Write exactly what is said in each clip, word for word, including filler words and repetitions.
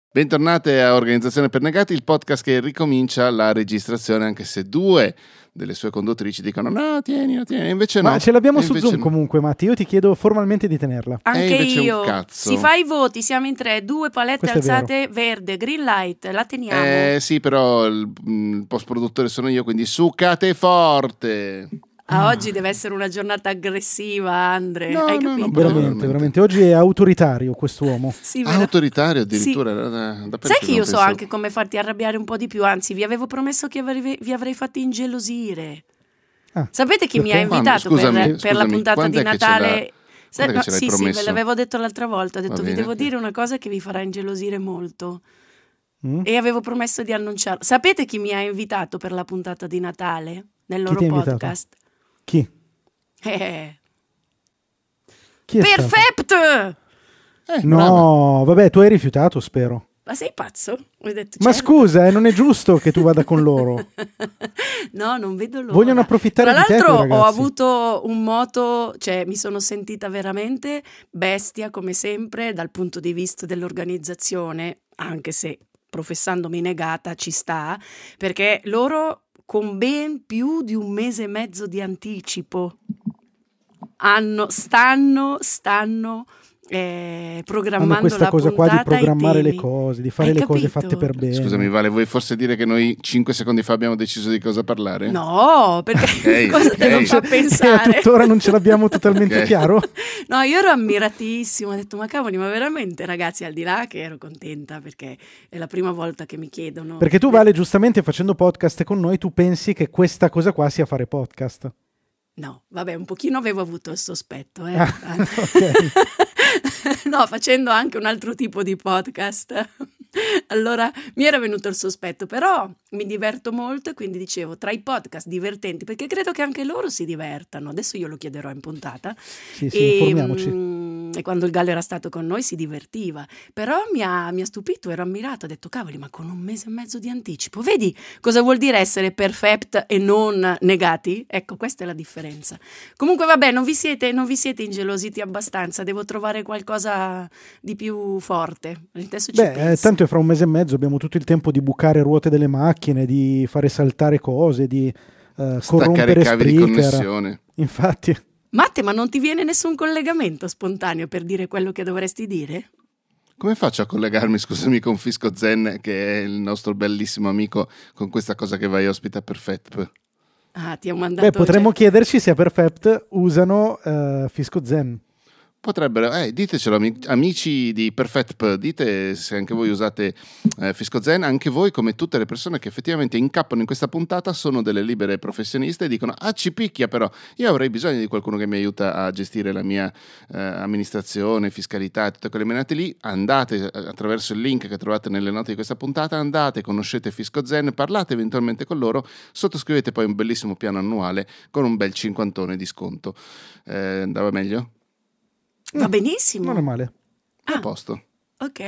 Bentornate a Organizzazione per Negati, il podcast che ricomincia la registrazione, anche se due delle sue conduttrici dicono no, tieni, tieni, invece no. Ma ce l'abbiamo su Zoom no. comunque, Matti, io ti chiedo formalmente di tenerla. Anche eh, io. Un cazzo. Si fa i voti, siamo in tre, due palette Questo alzate, verde, green light, la teniamo. Eh sì, però il, il post produttore sono io, quindi succate forte. Ah, oggi deve essere una giornata aggressiva, Andre. No, Hai no, capito? no, Veramente, veramente. Oggi è autoritario quest'uomo. Sì, vero? Autoritario addirittura. Sì. Da, da, da Sai che io so pensavo. anche come farti arrabbiare un po' di più, anzi vi avevo promesso che avrei, vi avrei fatti ingelosire. Ah, Sapete chi mi perché? ha invitato Quando? Scusami, per, per la scusami, puntata quando di è che ce Natale? l'ha- Se- quando è no, che ce l'hai sì, sì, promesso? ve l'avevo detto l'altra volta, ho detto Va vi bene, devo ok. dire una cosa che vi farà ingelosire molto. Mm? E avevo promesso di annunciarlo. Sapete chi mi ha invitato per la puntata di Natale nel loro ti ha invitato? podcast? Chi? Eh, Chi è stato? Perfect! Eh, brava. No, vabbè, tu hai rifiutato, spero. Ma sei pazzo? Ho detto, Ma certo. scusa, eh, non è giusto che tu vada con loro. No, non vedo l'ora. Vogliono approfittare Tra di te, l'altro quei ho ragazzi. avuto un moto, cioè mi sono sentita veramente bestia come sempre dal punto di vista dell'organizzazione, anche se professandomi negata ci sta, perché loro con ben più di un mese e mezzo di anticipo hanno, stanno, stanno eh, programmando Hanno questa la cosa qua di puntata e i programmare le temi. cose, di fare Hai le cose capito? fatte per bene. Scusami Vale, vuoi forse dire che noi cinque secondi fa abbiamo deciso di cosa parlare? No, perché Ok, cosa ok. te lo fa E a pensare? tuttora non ce l'abbiamo totalmente Ok. chiaro? No, io ero ammiratissimo, ho detto ma cavoli, ma veramente ragazzi, al di là che ero contenta perché è la prima volta che mi chiedono. Perché tu, Vale, giustamente facendo podcast con noi, tu pensi che questa cosa qua sia fare podcast. No, vabbè, un pochino avevo avuto il sospetto, eh. Ah, ok. No, facendo anche un altro tipo di podcast. Allora mi era venuto il sospetto, però mi diverto molto e quindi dicevo tra i podcast divertenti, perché credo che anche loro si divertano. Adesso io lo chiederò in puntata. Sì, sì, e, informiamoci. mm, e quando il Gallo era stato con noi si divertiva, però mi ha, mi ha stupito, ero ammirato, ho detto cavoli, ma con un mese e mezzo di anticipo, vedi cosa vuol dire essere perfect e non negati? Ecco, questa è la differenza. Comunque vabbè, non vi siete, non vi siete ingelositi abbastanza, devo trovare qualcosa di più forte. Adesso ci Beh, eh, penso. tanto è fra un mese e mezzo, abbiamo tutto il tempo di bucare ruote delle macchine, di fare saltare cose, di eh, Staccare corrompere i cavi di Spreaker. connessione. Infatti, Matte, ma non ti viene nessun collegamento spontaneo per dire quello che dovresti dire? Come faccio a collegarmi, scusami, con Fisco Zen, che è il nostro bellissimo amico, con questa cosa che vai ospite a Perfect? Ah, ti ho mandato... beh, potremmo cioè- chiederci se a Perfect usano eh, Fisco Zen. Potrebbero, eh, ditecelo ami- amici di Perfect, dite se anche voi usate eh, Fisco Zen, anche voi come tutte le persone che effettivamente incappano in questa puntata sono delle libere professioniste e dicono ah ci picchia però, io avrei bisogno di qualcuno che mi aiuta a gestire la mia eh, amministrazione, fiscalità e tutte quelle menate lì, andate attraverso il link che trovate nelle note di questa puntata, andate, conoscete Fisco Zen, parlate eventualmente con loro, sottoscrivete poi un bellissimo piano annuale con un bel cinquantone di sconto. Eh, andava meglio? Va benissimo. Non è male. A Ah. posto. Ok.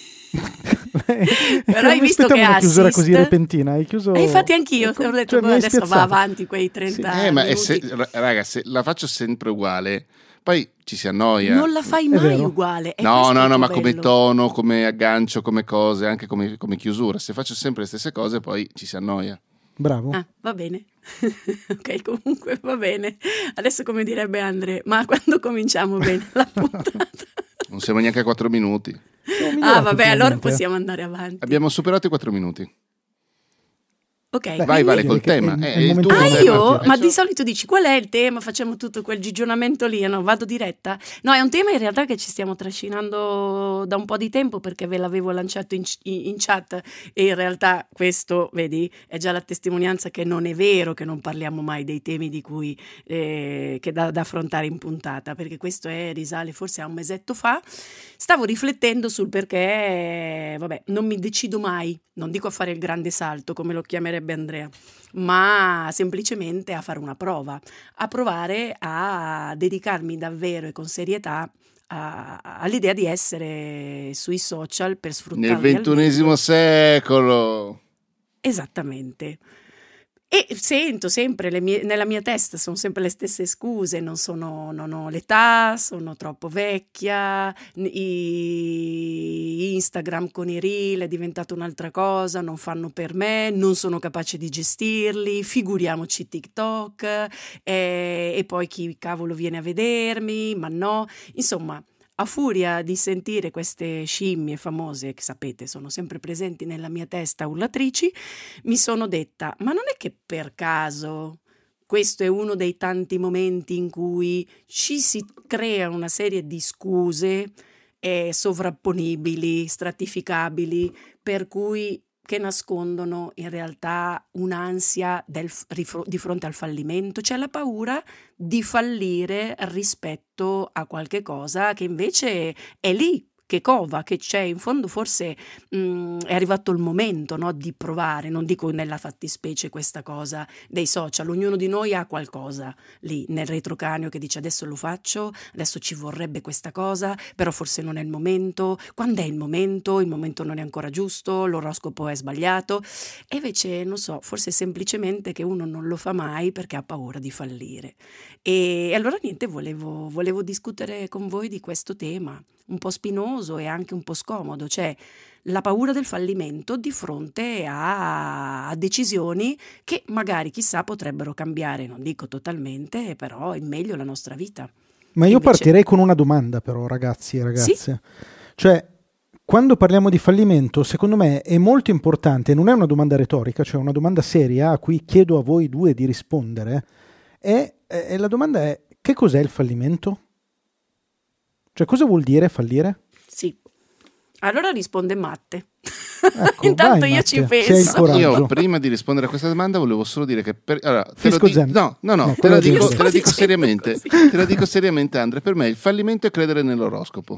Però Però hai visto che una chiusura assist- così repentina. Hai chiuso... E infatti anch'io Ecco, ho detto cioè, "Boh, mi hai adesso va spiazzato. avanti quei trenta Eh, ma è minuti. se, ra- raga, se la faccio sempre uguale, poi ci si annoia. Non la fai È mai vero. uguale. È No, questo no, il no, tuo ma come bello. tono, come aggancio, come cose, anche come, come chiusura. Se faccio sempre le stesse cose, poi ci si annoia. Bravo. Ah, va bene. Ok, comunque va bene. Adesso come direbbe Andre, ma quando cominciamo bene la puntata? Non siamo neanche a quattro minuti. Siamo Ah, migliorati vabbè, allora ultimamente. possiamo andare avanti. Abbiamo superato i quattro minuti. Ok, Beh, Vai, quindi- Vale, direi col che è tema. il- Eh, è il il momento tuo Ah, di tema. io? Eh, Ma so- di solito dici qual è il tema? Facciamo tutto quel gigionamento lì, no? Vado diretta? No, è un tema in realtà che ci stiamo trascinando da un po' di tempo perché ve l'avevo lanciato in, in chat e in realtà questo, vedi, è già la testimonianza che non è vero che non parliamo mai dei temi di cui eh, che da, da affrontare in puntata, perché questo è, risale forse a un mesetto fa. Stavo riflettendo sul perché, vabbè, non mi decido mai, non dico a fare il grande salto come lo chiamerebbe Andrea, ma semplicemente a fare una prova, a provare a dedicarmi davvero e con serietà a- all'idea di essere sui social per sfruttarli Nel al ventunesimo meglio. secolo. Esattamente. E sento sempre le mie, nella mia testa sono sempre le stesse scuse, non, sono, non ho l'età, sono troppo vecchia, i, Instagram con i reel è diventato un'altra cosa, non fanno per me, non sono capace di gestirli, figuriamoci TikTok, e, e poi chi cavolo viene a vedermi, ma no, insomma. A furia di sentire queste scimmie famose, che sapete sono sempre presenti nella mia testa urlatrici, mi sono detta, ma non è che per caso questo è uno dei tanti momenti in cui ci si crea una serie di scuse eh, sovrapponibili, stratificabili, per cui che nascondono in realtà un'ansia del, di fronte al fallimento, c'è la paura di fallire rispetto a qualche cosa che invece è lì, che cova, che c'è in fondo, forse mh, è arrivato il momento, no, di provare, non dico nella fattispecie questa cosa dei social, ognuno di noi ha qualcosa lì nel retrocranio che dice adesso lo faccio, adesso ci vorrebbe questa cosa, però forse non è il momento, quando è il momento? Il momento non è ancora giusto, l'oroscopo è sbagliato, e invece non so, forse è semplicemente che uno non lo fa mai perché ha paura di fallire. E allora niente, volevo, volevo discutere con voi di questo tema un po' spinoso e anche un po' scomodo, cioè la paura del fallimento di fronte a, a decisioni che magari chissà potrebbero cambiare, non dico totalmente, però in meglio la nostra vita. Ma io Invece... partirei con una domanda però, ragazzi e ragazze. Sì? Cioè, quando parliamo di fallimento, secondo me è molto importante, non è una domanda retorica, cioè una domanda seria a cui chiedo a voi due di rispondere, e, e la domanda è: che cos'è il fallimento? Cioè, cosa vuol dire fallire? Sì. Allora risponde Matte. Ecco, Intanto vai, io Matte, ci penso. Io prima di rispondere a questa domanda volevo solo dire che per, allora, te lo Fisco dico, no, no, no, No, te la quello dico, giusto. te la dico Sto seriamente, dicendo te la dico seriamente, Andre, per me il fallimento è credere nell'oroscopo.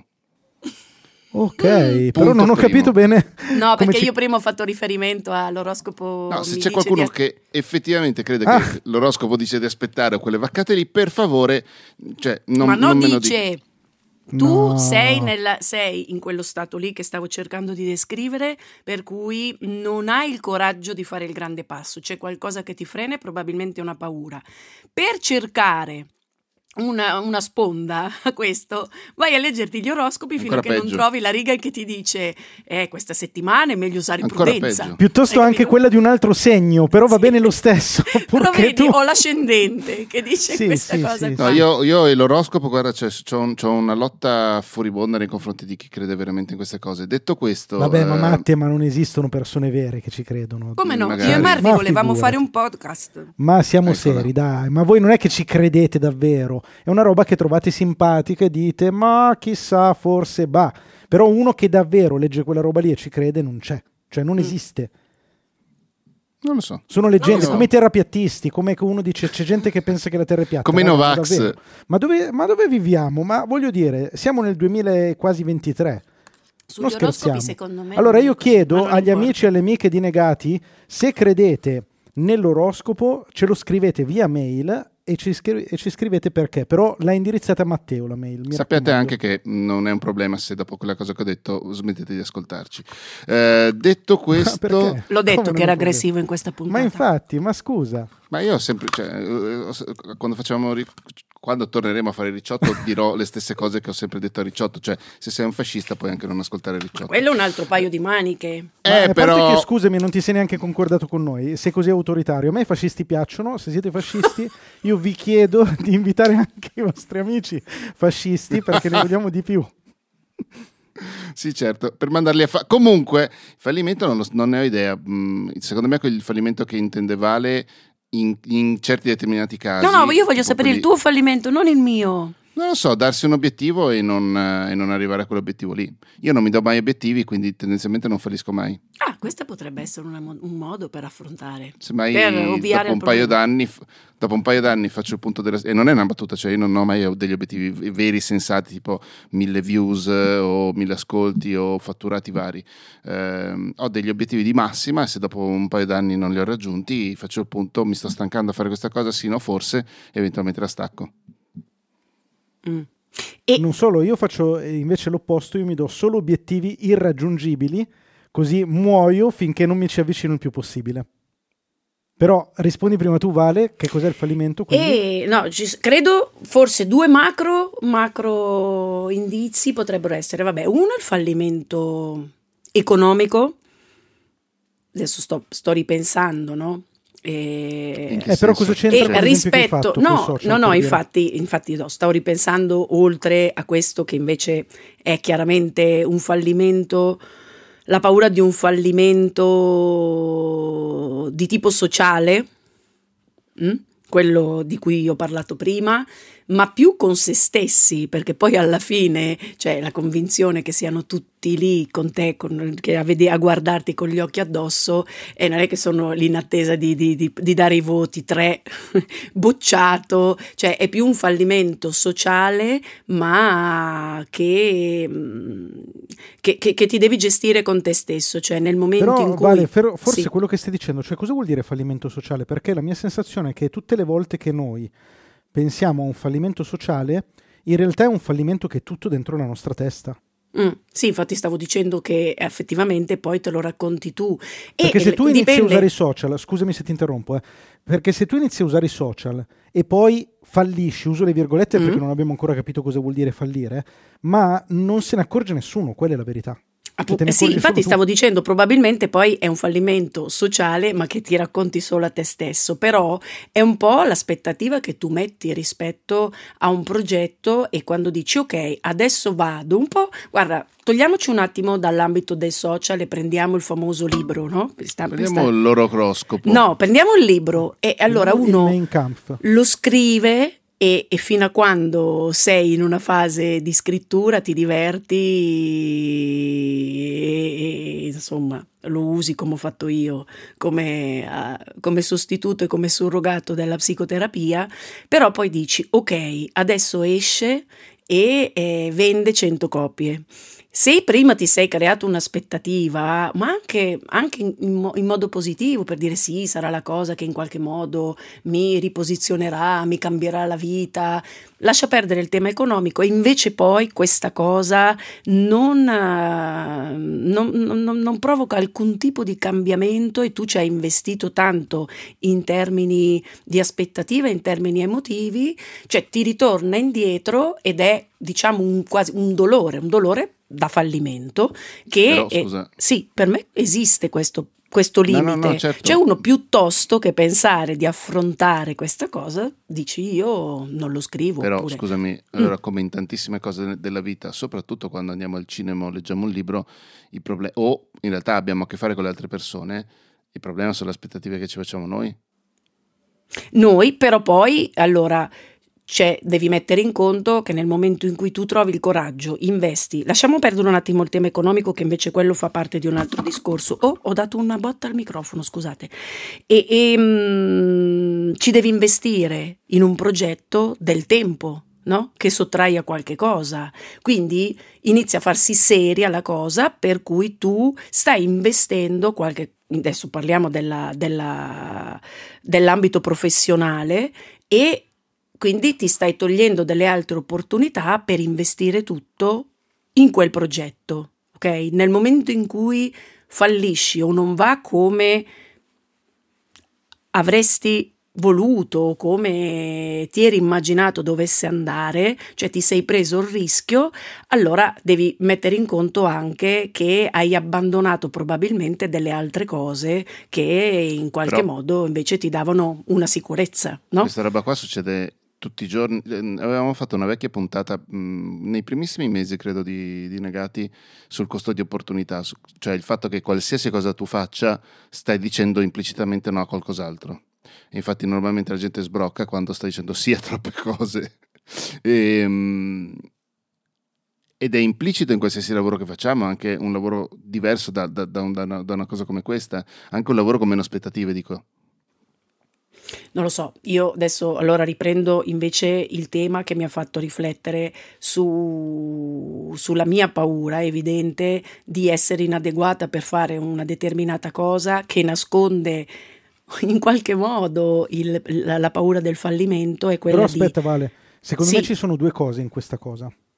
Ok, Mm. però non ho Punto capito primo. bene. No, come perché ci- io prima ho fatto riferimento all'oroscopo. No, se mi c'è dice qualcuno di- che effettivamente crede Ah. che l'oroscopo dice di aspettare o quelle vaccate lì, per favore, cioè, non, Ma no, non me lo dice... dica. Tu No. sei, nella, sei in quello stato lì che stavo cercando di descrivere, per cui non hai il coraggio di fare il grande passo, c'è qualcosa che ti frena e probabilmente una paura. Per cercare una, una sponda a questo, vai a leggerti gli oroscopi fino Ancora a che non peggio. trovi la riga che ti dice eh, questa settimana è meglio usare Ancora prudenza. peggio. Piuttosto Hai anche capito? quella di un altro segno, però va Sì. bene lo stesso. Però purché vedi, tu... ho l'ascendente che dice Sì, questa sì, cosa sì, qua. No, io, io e l'oroscopo, guarda, c'è, c'ho, un- c'ho una lotta furibonda nei confronti di chi crede veramente in queste cose. Detto questo, Vabbè, ma eh, Matte, ma non esistono persone vere che ci credono. Come no? magari. Io e Marvi Ma volevamo figurati. fare un podcast. Ma siamo Eccola. seri, dai, ma voi non è che ci credete davvero, è una roba che trovate simpatica e dite, ma chissà, forse bah, però uno che davvero legge quella roba lì e ci crede non c'è, cioè non Mm. esiste. non lo so. Sono leggende, so. come i terrapiattisti, come che uno dice c'è gente che pensa che la Terra è piatta. Come i Raga, ma Novax. davvero? Ma dove, ma dove viviamo? Ma voglio dire, siamo nel duemila e quasi ventitré. Sugli Non scherziamo. oroscopi, secondo me. Allora non è io così, chiedo ma non agli importa. amici e alle amiche di Negati, se credete nell'oroscopo, ce lo scrivete via mail e ci, scri- e ci scrivete perché, però la indirizzate a Matteo la mail. mi Sappiate raccomando. anche che non è un problema se dopo quella cosa che ho detto smettete di ascoltarci. Eh, detto questo, perché? L'ho detto Come che non era è aggressivo in questa puntata. Ma infatti, ma scusa. ma io ho sempre, cioè, eh, quando facciamo ri- quando torneremo a fare Ricciotto dirò le stesse cose che ho sempre detto a Ricciotto, cioè se sei un fascista puoi anche non ascoltare Ricciotto. Quello è un altro paio di maniche. Ma Eh, a parte però che, scusami, non ti sei neanche concordato con noi, sei così autoritario. A me i fascisti piacciono, se siete fascisti io vi chiedo di invitare anche i vostri amici fascisti perché ne vogliamo di più. Sì, certo, per mandarli a fa- comunque il fallimento non, lo- non ne ho idea. Mm, secondo me il fallimento che intende Vale in, in certi determinati casi. No, no, io voglio tipo sapere il quelli- tuo fallimento, non il mio. Non lo so, darsi un obiettivo e non, eh, e non arrivare a quell'obiettivo lì. Io non mi do mai obiettivi, quindi tendenzialmente non fallisco mai. Ah, questo potrebbe essere una mo- un modo per affrontare. Semmai Per ovviare dopo un al paio problema. d'anni f- dopo un paio d'anni faccio il punto della e non è una battuta, cioè io non ho mai degli obiettivi v- veri sensati tipo mille views eh, o mille ascolti o fatturati vari. Ehm, ho degli obiettivi di massima e se dopo un paio d'anni non li ho raggiunti faccio il punto, mi sto stancando a fare questa cosa, sì, no, forse eventualmente la stacco. Mm. E Non solo, io faccio eh, invece l'opposto, io mi do solo obiettivi irraggiungibili, così muoio finché non mi ci avvicino il più possibile. Però rispondi prima tu, Vale, che cos'è il fallimento? E, no, ci, credo forse due macro, macro indizi potrebbero essere, vabbè, uno è il fallimento economico, adesso sto, sto ripensando, no? E, eh, però cosa c'entra e per rispetto, fatto, no, social, no, no, dire? infatti, infatti no, stavo ripensando oltre a questo che invece è chiaramente un fallimento, la paura di un fallimento di tipo sociale, mh? Quello di cui ho parlato prima, ma più con se stessi, perché poi alla fine c'è la convinzione che siano tutti lì con te, con, che a, vede, a guardarti con gli occhi addosso, e non è che sono lì in attesa di, di, di, di dare i voti, tre, bocciato, cioè è più un fallimento sociale, ma che, che, che, che ti devi gestire con te stesso, cioè nel momento Però, in cui... Vale, forse sì. quello che stai dicendo, cioè cosa vuol dire fallimento sociale? Perché la mia sensazione è che tutte le volte che noi pensiamo a un fallimento sociale, in realtà è un fallimento che è tutto dentro la nostra testa. Mm, sì, infatti stavo dicendo che effettivamente poi te lo racconti tu. Perché e se tu inizi dipende... a usare i social, scusami se ti interrompo, eh, perché se tu inizi a usare i social e poi fallisci, uso le virgolette perché mm. non abbiamo ancora capito cosa vuol dire fallire, ma non se ne accorge nessuno, quella è la verità. Appu- eh sì, infatti stavo dicendo, probabilmente poi è un fallimento sociale, ma che ti racconti solo a te stesso, però è un po' l'aspettativa che tu metti rispetto a un progetto, e quando dici ok, adesso vado un po', guarda, togliamoci un attimo dall'ambito dei social e prendiamo il famoso libro, no? Sta, prendiamo sta... l'oroscopo. No, prendiamo il libro e allora il uno Mein Kampf. Lo scrive. E, e fino a quando sei in una fase di scrittura ti diverti e, e insomma lo usi come ho fatto io, come, uh, come sostituto e come surrogato della psicoterapia, però poi dici ok, adesso esce e eh, vende cento copie. Se prima ti sei creato un'aspettativa, ma anche, anche in, in, in modo positivo, per dire sì, sarà la cosa che in qualche modo mi riposizionerà, mi cambierà la vita, lascia perdere il tema economico, e invece poi questa cosa non, non, non, non provoca alcun tipo di cambiamento, e tu ci hai investito tanto in termini di aspettative, in termini emotivi, cioè ti ritorna indietro ed è, diciamo, un, quasi un dolore, un dolore da fallimento che Però, scusa. È, sì, per me esiste questo, questo limite. No, no, no, certo. C'è uno, piuttosto che pensare di affrontare questa cosa, dici io non lo scrivo. Però oppure... scusami, allora mm. come in tantissime cose della vita, soprattutto quando andiamo al cinema o leggiamo un libro, i problem- o in realtà abbiamo a che fare con le altre persone, il problema sono le aspettative che ci facciamo noi. Noi però poi, allora... Cioè, devi mettere in conto che nel momento in cui tu trovi il coraggio, investi, lasciamo perdere un attimo il tema economico, che invece quello fa parte di un altro discorso. Oh, ho dato una botta al microfono, scusate. E, e mh, ci devi investire in un progetto del tempo, no? Che sottrai a qualche cosa. Quindi inizia a farsi seria la cosa, per cui tu stai investendo qualche... Adesso parliamo della, della, dell'ambito professionale, e quindi ti stai togliendo delle altre opportunità per investire tutto in quel progetto, ok? Nel momento in cui fallisci o non va come avresti voluto, come ti eri immaginato dovesse andare, cioè ti sei preso il rischio, allora devi mettere in conto anche che hai abbandonato probabilmente delle altre cose che in qualche Però, modo invece ti davano una sicurezza, no? Questa roba qua succede tutti i giorni. Avevamo fatto una vecchia puntata mh, nei primissimi mesi, credo, di, di Negati, sul costo di opportunità, su, cioè il fatto che qualsiasi cosa tu faccia stai dicendo implicitamente no a qualcos'altro. E infatti normalmente la gente sbrocca quando sta dicendo sì a troppe cose. E, mh, ed è implicito in qualsiasi lavoro che facciamo, anche un lavoro diverso da, da, da, una, da una cosa come questa, anche un lavoro con meno aspettative, dico. Non lo so, io adesso allora riprendo invece il tema che mi ha fatto riflettere su, sulla mia paura evidente di essere inadeguata per fare una determinata cosa, che nasconde in qualche modo il, la, la paura del fallimento. È quella. Però aspetta, di... Vale, secondo sì. me ci sono due cose in questa cosa.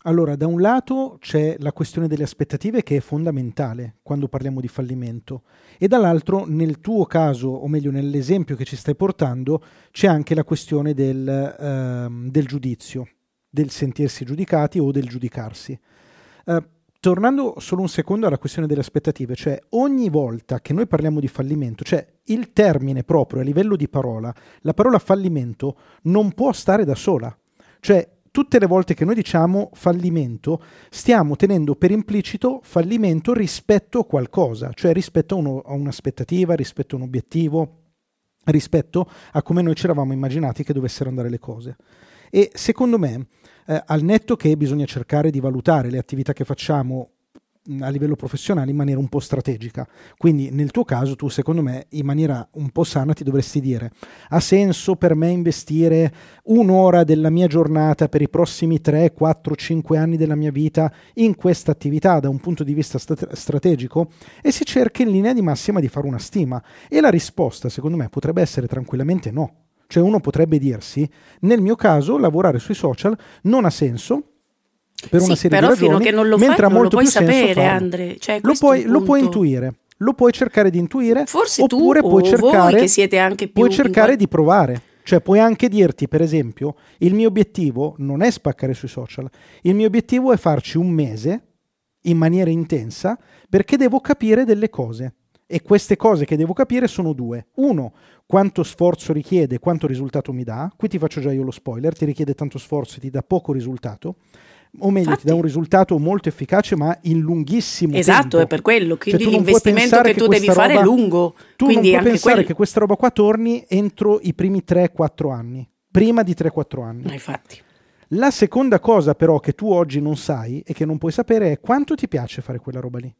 Allora, da un lato c'è la questione delle aspettative che è fondamentale quando parliamo di fallimento e dall'altro, nel tuo caso, o meglio nell'esempio che ci stai portando, c'è anche la questione del, ehm, del giudizio, del sentirsi giudicati o del giudicarsi. Uh, tornando solo un secondo alla questione delle aspettative, cioè ogni volta che noi parliamo di fallimento, cioè il termine proprio a livello di parola, la parola fallimento non può stare da sola, cioè tutte le volte che noi diciamo fallimento stiamo tenendo per implicito fallimento rispetto a qualcosa, cioè rispetto a, uno, a un'aspettativa, rispetto a un obiettivo, rispetto a come noi ci eravamo immaginati che dovessero andare le cose. E secondo me, eh, al netto che bisogna cercare di valutare le attività che facciamo a livello professionale in maniera un po' strategica, quindi nel tuo caso tu secondo me in maniera un po' sana ti dovresti dire: ha senso per me investire un'ora della mia giornata per i prossimi tre, quattro, cinque anni della mia vita in questa attività da un punto di vista stat- strategico? E si cerca in linea di massima di fare una stima, e la risposta secondo me potrebbe essere tranquillamente no. Cioè uno potrebbe dirsi: nel mio caso lavorare sui social non ha senso per sì, una serie però di ragioni, fino a che non lo mentre fai, ha non molto lo puoi più senso sapere, farlo. Andre. Cioè, lo, puoi, lo puoi intuire, lo puoi cercare di intuire, forse oppure tu puoi o cercare, voi che siete anche più puoi cercare qual... di provare. Cioè puoi anche dirti, per esempio, il mio obiettivo non è spaccare sui social, il mio obiettivo è farci un mese in maniera intensa perché devo capire delle cose. E queste cose che devo capire sono due. Uno, quanto sforzo richiede, quanto risultato mi dà. Qui ti faccio già io lo spoiler: ti richiede tanto sforzo e ti dà poco risultato. O meglio, Infatti, ti dà un risultato molto efficace ma in lunghissimo esatto, tempo. è per quello, quindi cioè, l'investimento che, che tu devi fare roba, è lungo. Tu quindi non puoi anche pensare quello... che questa roba qua torni entro i primi tre quattro anni, prima di tre quattro anni. No, infatti. La seconda cosa però che tu oggi non sai e che non puoi sapere è quanto ti piace fare quella roba lì.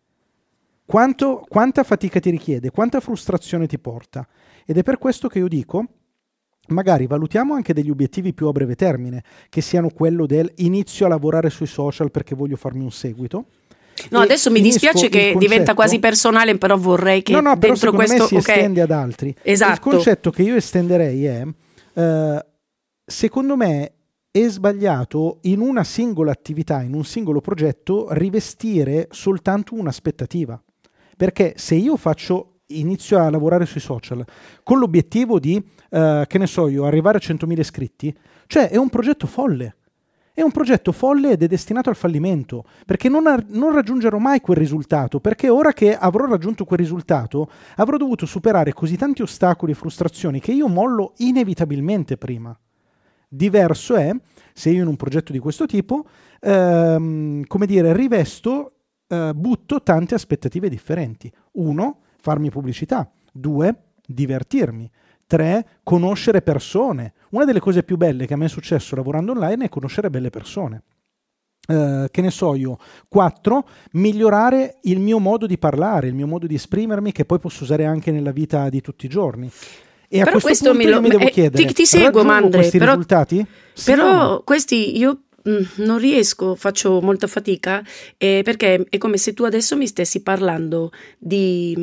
Quanto, quanta fatica ti richiede, quanta frustrazione ti porta. Ed è per questo che io dico: magari valutiamo anche degli obiettivi più a breve termine, che siano quello del inizio a lavorare sui social perché voglio farmi un seguito. No, adesso mi dispiace che concetto, diventa quasi personale, però vorrei che no, no, dentro però questo me si okay. estende ad altri. Esatto. Il concetto che io estenderei è, eh, secondo me, è sbagliato in una singola attività, in un singolo progetto, rivestire soltanto un'aspettativa. Perché se io faccio, inizio a lavorare sui social con l'obiettivo di, uh, che ne so io, arrivare a centomila iscritti, cioè è un progetto folle. È un progetto folle ed è destinato al fallimento, perché non, ar- non raggiungerò mai quel risultato, perché ora che avrò raggiunto quel risultato avrò dovuto superare così tanti ostacoli e frustrazioni che io mollo inevitabilmente prima. Diverso è se io in un progetto di questo tipo, ehm, come dire, rivesto, Uh, butto tante aspettative differenti. Uno, farmi pubblicità. Due, divertirmi. Tre, conoscere persone. Una delle cose più belle che a me è successo lavorando online è conoscere belle persone. Uh, che ne so io. Quattro, migliorare il mio modo di parlare, il mio modo di esprimermi, che poi posso usare anche nella vita di tutti i giorni. E a però questo punto mi, lo, io mi devo eh, chiedere, ti, ti seguo, Mandre, questi però, risultati? Però sì, questi io non riesco, faccio molta fatica, eh, perché è come se tu adesso mi stessi parlando di,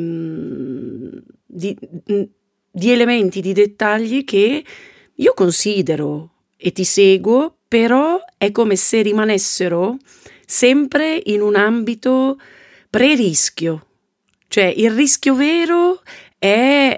di, di elementi, di dettagli che io considero e ti seguo, però è come se rimanessero sempre in un ambito pre-rischio. Cioè il rischio vero è...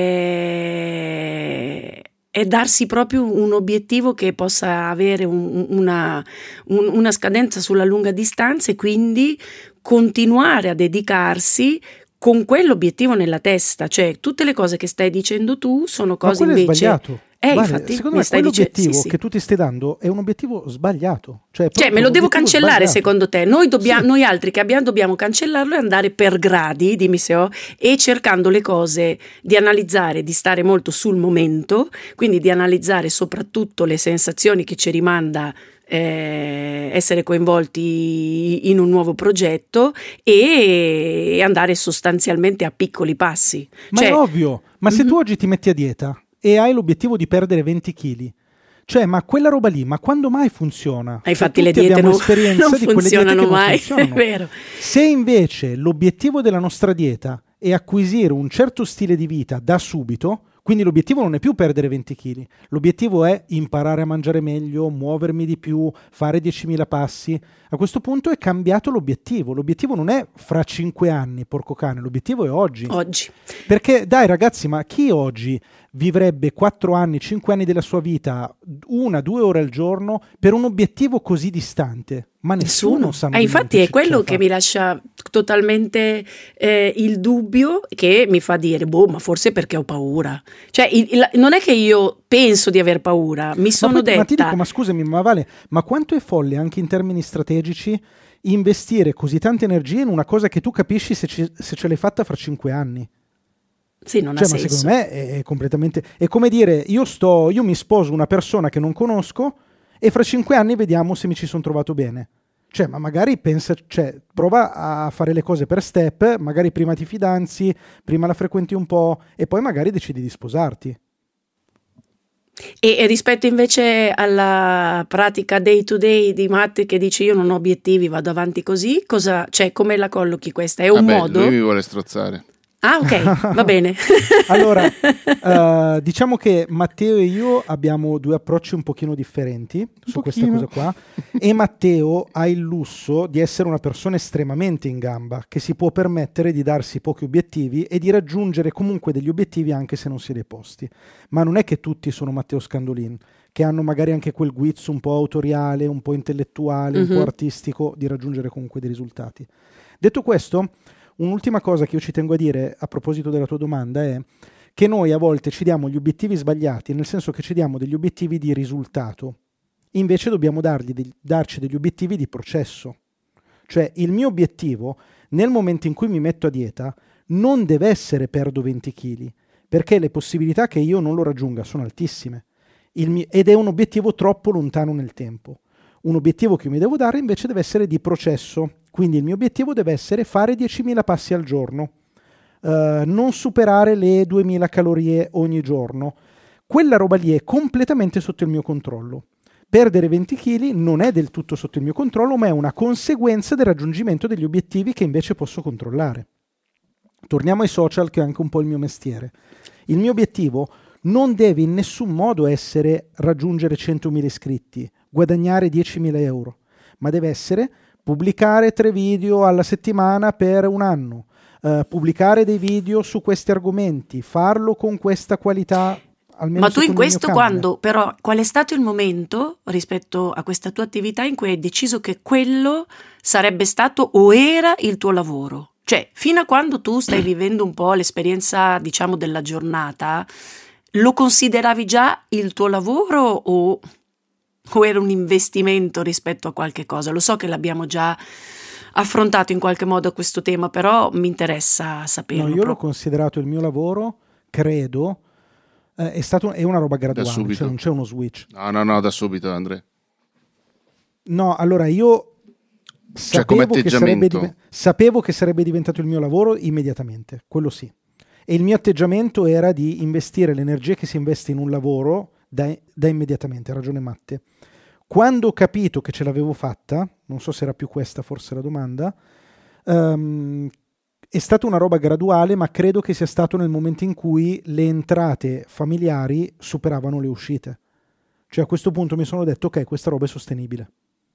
è è darsi proprio un obiettivo che possa avere un, una, un, una scadenza sulla lunga distanza e quindi continuare a dedicarsi con quell'obiettivo nella testa. Cioè tutte le cose che stai dicendo tu sono cose ma invece... è sbagliato. Eh, Guarda, infatti, secondo me stai quell'obiettivo dice... sì, sì. che tu ti stai dando è un obiettivo sbagliato. Cioè, cioè me lo devo cancellare sbagliato. Secondo te? Noi, dobbia- sì. noi altri che abbiamo dobbiamo cancellarlo e andare per gradi, dimmi se ho, e cercando le cose, di analizzare, di stare molto sul momento, quindi di analizzare soprattutto le sensazioni che ci rimanda eh, essere coinvolti in un nuovo progetto e andare sostanzialmente a piccoli passi. Ma cioè, è ovvio, ma se mm-hmm. tu oggi ti metti a dieta e hai l'obiettivo di perdere venti chili, cioè ma quella roba lì, ma quando mai funziona? E infatti cioè, le diete abbiamo non, esperienza non di quelle diete funzionano che mai, non funzionano. È vero. Se invece l'obiettivo della nostra dieta è acquisire un certo stile di vita da subito, Quindi l'obiettivo non è più perdere venti chili, l'obiettivo è imparare a mangiare meglio, muovermi di più, fare diecimila passi. A questo punto è cambiato l'obiettivo. L'obiettivo non è fra cinque anni, porco cane, l'obiettivo è oggi. Oggi. Perché dai ragazzi, ma chi oggi vivrebbe quattro anni, cinque anni della sua vita, una, due ore al giorno, per un obiettivo così distante? Ma nessuno, nessuno sa. Eh, infatti è quello che mi lascia totalmente eh, il dubbio, che mi fa dire, boh, ma forse perché ho paura. Cioè, il, il, non è che io penso di aver paura, mi sono ma poi, detta... Ma ti dico, ma scusami, ma Vale, ma quanto è folle anche in termini strategici investire così tante energie in una cosa che tu capisci se, ci, se ce l'hai fatta fra cinque anni? Sì, non cioè, ha ma senso. Secondo me è completamente... È come dire, io, sto, io mi sposo una persona che non conosco e fra cinque anni vediamo se mi ci sono trovato bene. Cioè, ma magari pensa, cioè, prova a fare le cose per step, magari prima ti fidanzi, prima la frequenti un po' e poi magari decidi di sposarti. E, e rispetto invece alla pratica day to day di Matt, che dice io non ho obiettivi, vado avanti così, cosa, cioè, come la collochi questa? È un Vabbè, modo? Lui mi vuole strozzare. Ah, ok, va bene. Allora, uh, diciamo che Matteo e io abbiamo due approcci un pochino differenti un su pochino. Questa cosa qua. E Matteo ha il lusso di essere una persona estremamente in gamba, che si può permettere di darsi pochi obiettivi e di raggiungere comunque degli obiettivi anche se non si li è posti. Ma non è che tutti sono Matteo Scandolin, che hanno magari anche quel guizzo un po' autoriale, un po' intellettuale, mm-hmm. un po' artistico, di raggiungere comunque dei risultati. Detto questo, un'ultima cosa che io ci tengo a dire a proposito della tua domanda è che noi a volte ci diamo gli obiettivi sbagliati, nel senso che ci diamo degli obiettivi di risultato. Invece dobbiamo dargli de- darci degli obiettivi di processo. Cioè, il mio obiettivo, nel momento in cui mi metto a dieta, non deve essere perdo venti chili, perché le possibilità che io non lo raggiunga sono altissime. Il mio- ed è un obiettivo troppo lontano nel tempo. Un obiettivo che mi devo dare invece deve essere di processo. Quindi il mio obiettivo deve essere fare diecimila passi al giorno, uh, non superare le duemila calorie ogni giorno. Quella roba lì è completamente sotto il mio controllo. Perdere venti chili non è del tutto sotto il mio controllo, ma è una conseguenza del raggiungimento degli obiettivi che invece posso controllare. Torniamo ai social, che è anche un po' il mio mestiere. Il mio obiettivo non deve in nessun modo essere raggiungere centomila iscritti, guadagnare diecimila euro, ma deve essere pubblicare tre video alla settimana per un anno, uh, pubblicare dei video su questi argomenti, farlo con questa qualità. Ma tu in questo quando, però, qual è stato il momento rispetto a questa tua attività in cui hai deciso che quello sarebbe stato o era il tuo lavoro? Cioè, fino a quando tu stai vivendo un po' l'esperienza, diciamo, della giornata, lo consideravi già il tuo lavoro o... o era un investimento rispetto a qualche cosa? Lo so che l'abbiamo già affrontato in qualche modo questo tema, però mi interessa saperlo. No, io proprio. l'ho considerato il mio lavoro, credo, eh, è, stato, è una roba graduale, cioè non c'è uno switch. No, no, no, da subito, Andrea. No, allora io cioè, sapevo, che sarebbe div- sapevo che sarebbe diventato il mio lavoro immediatamente, quello sì. E il mio atteggiamento era di investire l'energia che si investe in un lavoro Da, da immediatamente, ha ragione Matte. Quando ho capito che ce l'avevo fatta, non so se era più questa forse la domanda, um, è stata una roba graduale, ma credo che sia stato nel momento in cui le entrate familiari superavano le uscite. Cioè a questo punto mi sono detto ok, questa roba è sostenibile.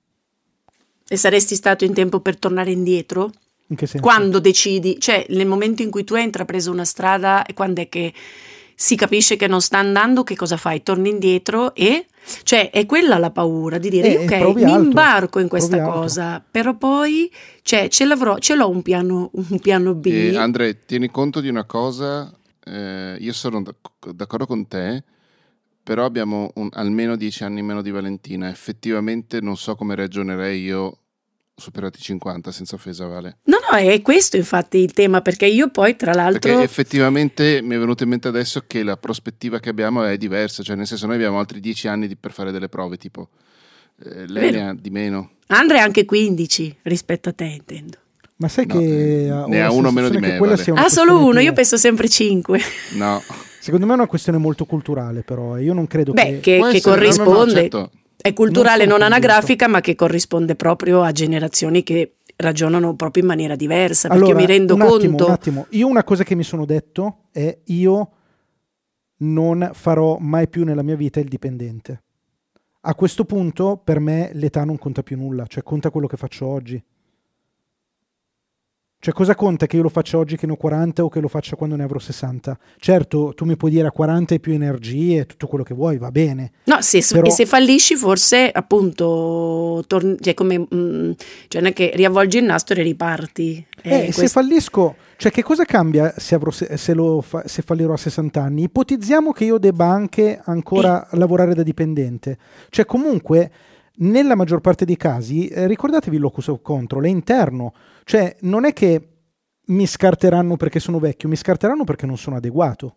E saresti stato in tempo per tornare indietro? In che senso? Quando decidi, cioè nel momento in cui tu hai intrapreso una strada e quando è che si capisce che non sta andando, che cosa fai? Torni indietro e... Cioè è quella la paura di dire eh, ok, mi alto, imbarco in questa provi cosa, alto. Però poi cioè, ce l'avrò, ce l'ho un piano, un piano B. E Andrea, tieni conto di una cosa, eh, io sono d'accordo con te, però abbiamo un, almeno dieci anni meno di Valentina. Effettivamente non so come ragionerei io superati i cinquanta, senza offesa, Vale. No, no, è questo infatti il tema, perché io poi tra l'altro... Perché effettivamente mi è venuto in mente adesso che la prospettiva che abbiamo è diversa, cioè nel senso noi abbiamo altri dieci anni di, per fare delle prove, tipo eh, lei ne ha di meno. Andrea anche quindici rispetto a te, intendo. Ma sai no, che... Eh, ne ha uno meno di me, vale. Ah, solo uno, più... io penso sempre cinque. No. Secondo me è una questione molto culturale, però, io non credo Beh, che... che, che corrisponde... No, no, no, certo. È culturale, non, non anagrafica, convinto. Ma che corrisponde proprio a generazioni che ragionano proprio in maniera diversa, perché allora, io mi rendo un attimo, conto... un attimo, io una cosa che mi sono detto è io non farò mai più nella mia vita il dipendente. A questo punto per me l'età non conta più nulla, cioè conta quello che faccio oggi. Cioè cosa conta che io lo faccia oggi che ne ho quaranta o che lo faccia quando ne avrò sessanta? Certo, tu mi puoi dire a quaranta hai più energie, tutto quello che vuoi, va bene. No, se, Però... e se fallisci forse appunto torni, cioè come mh, cioè non è che riavvolgi il nastro e riparti. Eh, eh, se fallisco, cioè che cosa cambia se, avrò, se, se, lo fa, se fallirò a sessanta anni? Ipotizziamo che io debba anche ancora eh. lavorare da dipendente. Cioè comunque nella maggior parte dei casi, eh, ricordatevi il locus of control, è interno. Cioè non è che mi scarteranno perché sono vecchio, mi scarteranno perché non sono adeguato.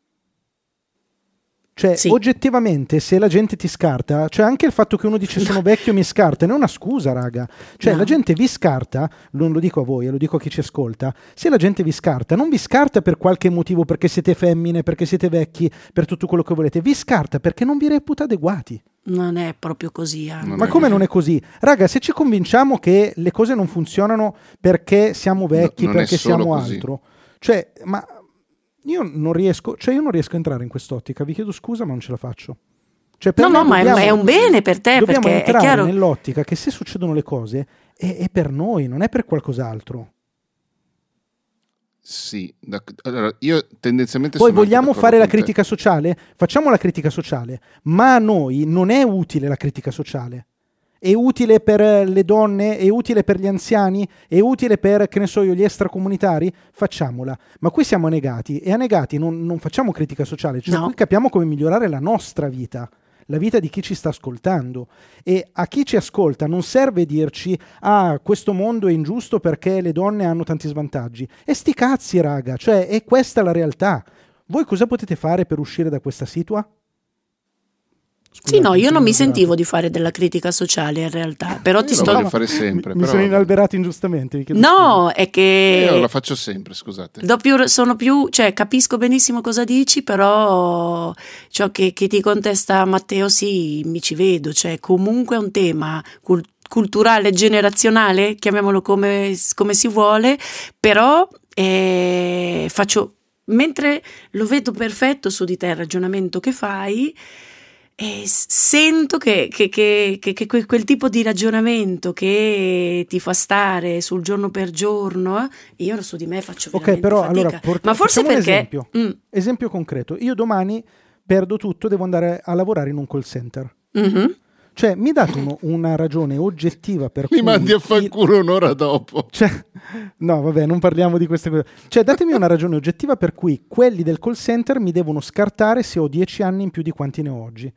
Cioè sì. Oggettivamente se la gente ti scarta, cioè anche il fatto che uno dice sono vecchio e mi scarta non è una scusa, raga. Cioè no. La gente vi scarta, non lo dico a voi, lo dico a chi ci ascolta, se la gente vi scarta non vi scarta per qualche motivo, perché siete femmine, perché siete vecchi, per tutto quello che volete, vi scarta perché non vi reputa adeguati. Non è proprio così. Eh. Ma come non è così? Raga, se ci convinciamo che le cose non funzionano perché siamo vecchi, no, perché siamo così. Altro, cioè, ma io non riesco, cioè io non riesco a entrare in quest'ottica, vi chiedo scusa ma non ce la faccio. Cioè, per no, no, ma dobbiamo, è un bene per te, dobbiamo perché entrare è chiaro... nell'ottica che se succedono le cose è, è per noi, non è per qualcos'altro. Sì, allora, io tendenzialmente poi sono vogliamo fare la te. critica sociale? Facciamo la critica sociale, ma a noi non è utile la critica sociale. È utile per le donne, è utile per gli anziani, è utile per, che ne so io, gli extracomunitari? Facciamola. Ma qui siamo negati, e a negati non, non facciamo critica sociale, cioè no. Qui capiamo come migliorare la nostra vita, la vita di chi ci sta ascoltando. E a chi ci ascolta non serve dirci ah, questo mondo è ingiusto perché le donne hanno tanti svantaggi. E sti cazzi, raga, cioè è questa la realtà. Voi cosa potete fare per uscire da questa situa? Scusate, sì, no, io non mi sentivo di fare della critica sociale in realtà, però io ti lo sto... voglio fare sempre. Mi però... sono inalberato ingiustamente. No, scusa. È che... Io la faccio sempre, scusate. Do più, sono più, cioè capisco benissimo cosa dici, però ciò che, che ti contesta Matteo sì, mi ci vedo, cioè comunque è un tema cult- culturale, generazionale, chiamiamolo come, come si vuole, però eh, faccio, mentre lo vedo perfetto su di te il ragionamento che fai, e sento che, che, che, che, che quel tipo di ragionamento che ti fa stare sul giorno per giorno, io su di me faccio veramente ok, però fatica. Allora, port- ma forse perché esempio. Mm. esempio concreto, io domani perdo tutto, devo andare a lavorare in un call center. Mm-hmm. Cioè mi date uno, una ragione oggettiva per mi cui mandi a far culo un'ora dopo, cioè, no vabbè non parliamo di queste cose, cioè datemi una ragione oggettiva per cui quelli del call center mi devono scartare se ho dieci anni in più di quanti ne ho oggi.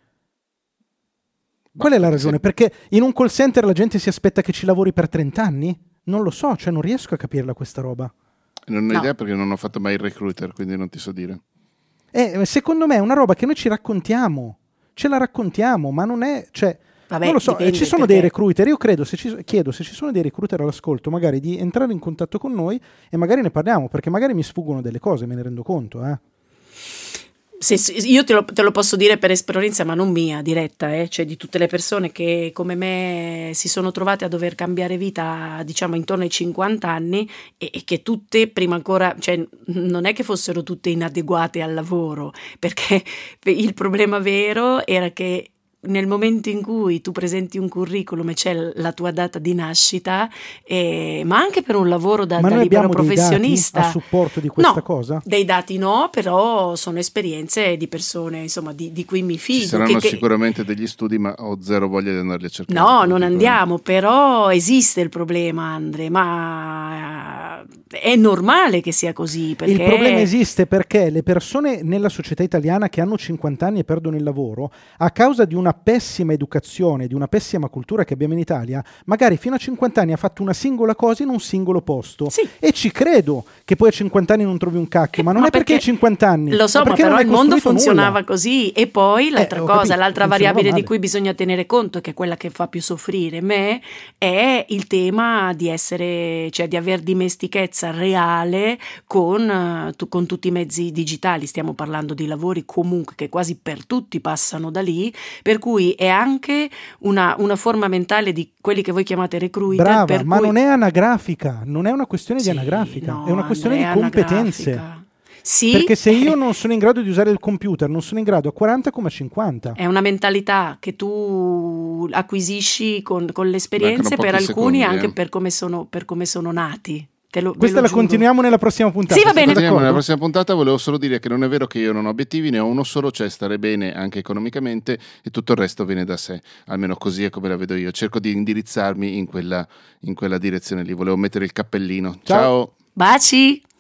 Qual è la ragione? Perché in un call center la gente si aspetta che ci lavori per trenta anni? Non lo so, cioè non riesco a capirla questa roba. Non ho no. idea perché non ho fatto mai il recruiter, quindi non ti so dire. Eh, secondo me è una roba che noi ci raccontiamo, ce la raccontiamo, ma non è... Cioè, Vabbè, non lo so, dipende, ci sono perché... dei recruiter, io credo, se ci, chiedo se ci sono dei recruiter all'ascolto, magari di entrare in contatto con noi e magari ne parliamo, perché magari mi sfuggono delle cose, me ne rendo conto, eh. Sì, sì, io te lo, te lo posso dire per esperienza, ma non mia, diretta, eh? Cioè di tutte le persone che come me si sono trovate a dover cambiare vita, diciamo intorno ai cinquanta anni e, e che tutte prima ancora, cioè non è che fossero tutte inadeguate al lavoro, perché il problema vero era che nel momento in cui tu presenti un curriculum e c'è la tua data di nascita, eh, ma anche per un lavoro da, ma da noi libero abbiamo professionista, dei dati a supporto di questa no, cosa? Dei dati no, però sono esperienze di persone insomma di, di cui mi fido. Ci saranno che, sicuramente degli studi, ma ho zero voglia di andarli a cercare. No, non andiamo, però esiste il problema, Andre, ma è normale che sia così. Perché... Il problema esiste perché le persone nella società italiana che hanno cinquanta anni e perdono il lavoro, a causa di una pessima educazione, di una pessima cultura che abbiamo in Italia, magari fino a cinquanta anni ha fatto una singola cosa in un singolo posto. Sì. E ci credo che poi a cinquanta anni non trovi un cacchio, ma non ma è perché hai cinquanta anni. Lo so, ma, ma però il mondo funzionava nulla. Così. E poi l'altra eh, cosa, capito, l'altra variabile male. di cui bisogna tenere conto, che è quella che fa più soffrire me, è il tema di essere, cioè di aver dimestichezza reale con, uh, con tutti i mezzi digitali. Stiamo parlando di lavori comunque che quasi per tutti passano da lì, per cui è anche una, una forma mentale di quelli che voi chiamate recruiter. Brava, per ma cui... non è anagrafica, non è una questione sì, di anagrafica, no, è una questione Andrea, di competenze. anagrafica. Sì. Perché se io non sono in grado di usare il computer, non sono in grado a quaranta come a cinquanta. È una mentalità che tu acquisisci con, con le esperienze, Mancano per pochi alcuni secondi, anche eh. per come sono, per come sono nati. Te lo, ve Questa lo la giuro. continuiamo nella prossima puntata. Sì, va bene. Continuiamo nella d'accordo? prossima puntata. Volevo solo dire che non è vero che io non ho obiettivi, ne ho uno solo, cioè stare bene anche economicamente, e tutto il resto viene da sé, almeno così è come la vedo io. Cerco di indirizzarmi in quella, in quella direzione lì. Volevo mettere il cappellino. Ciao. Ciao. Baci!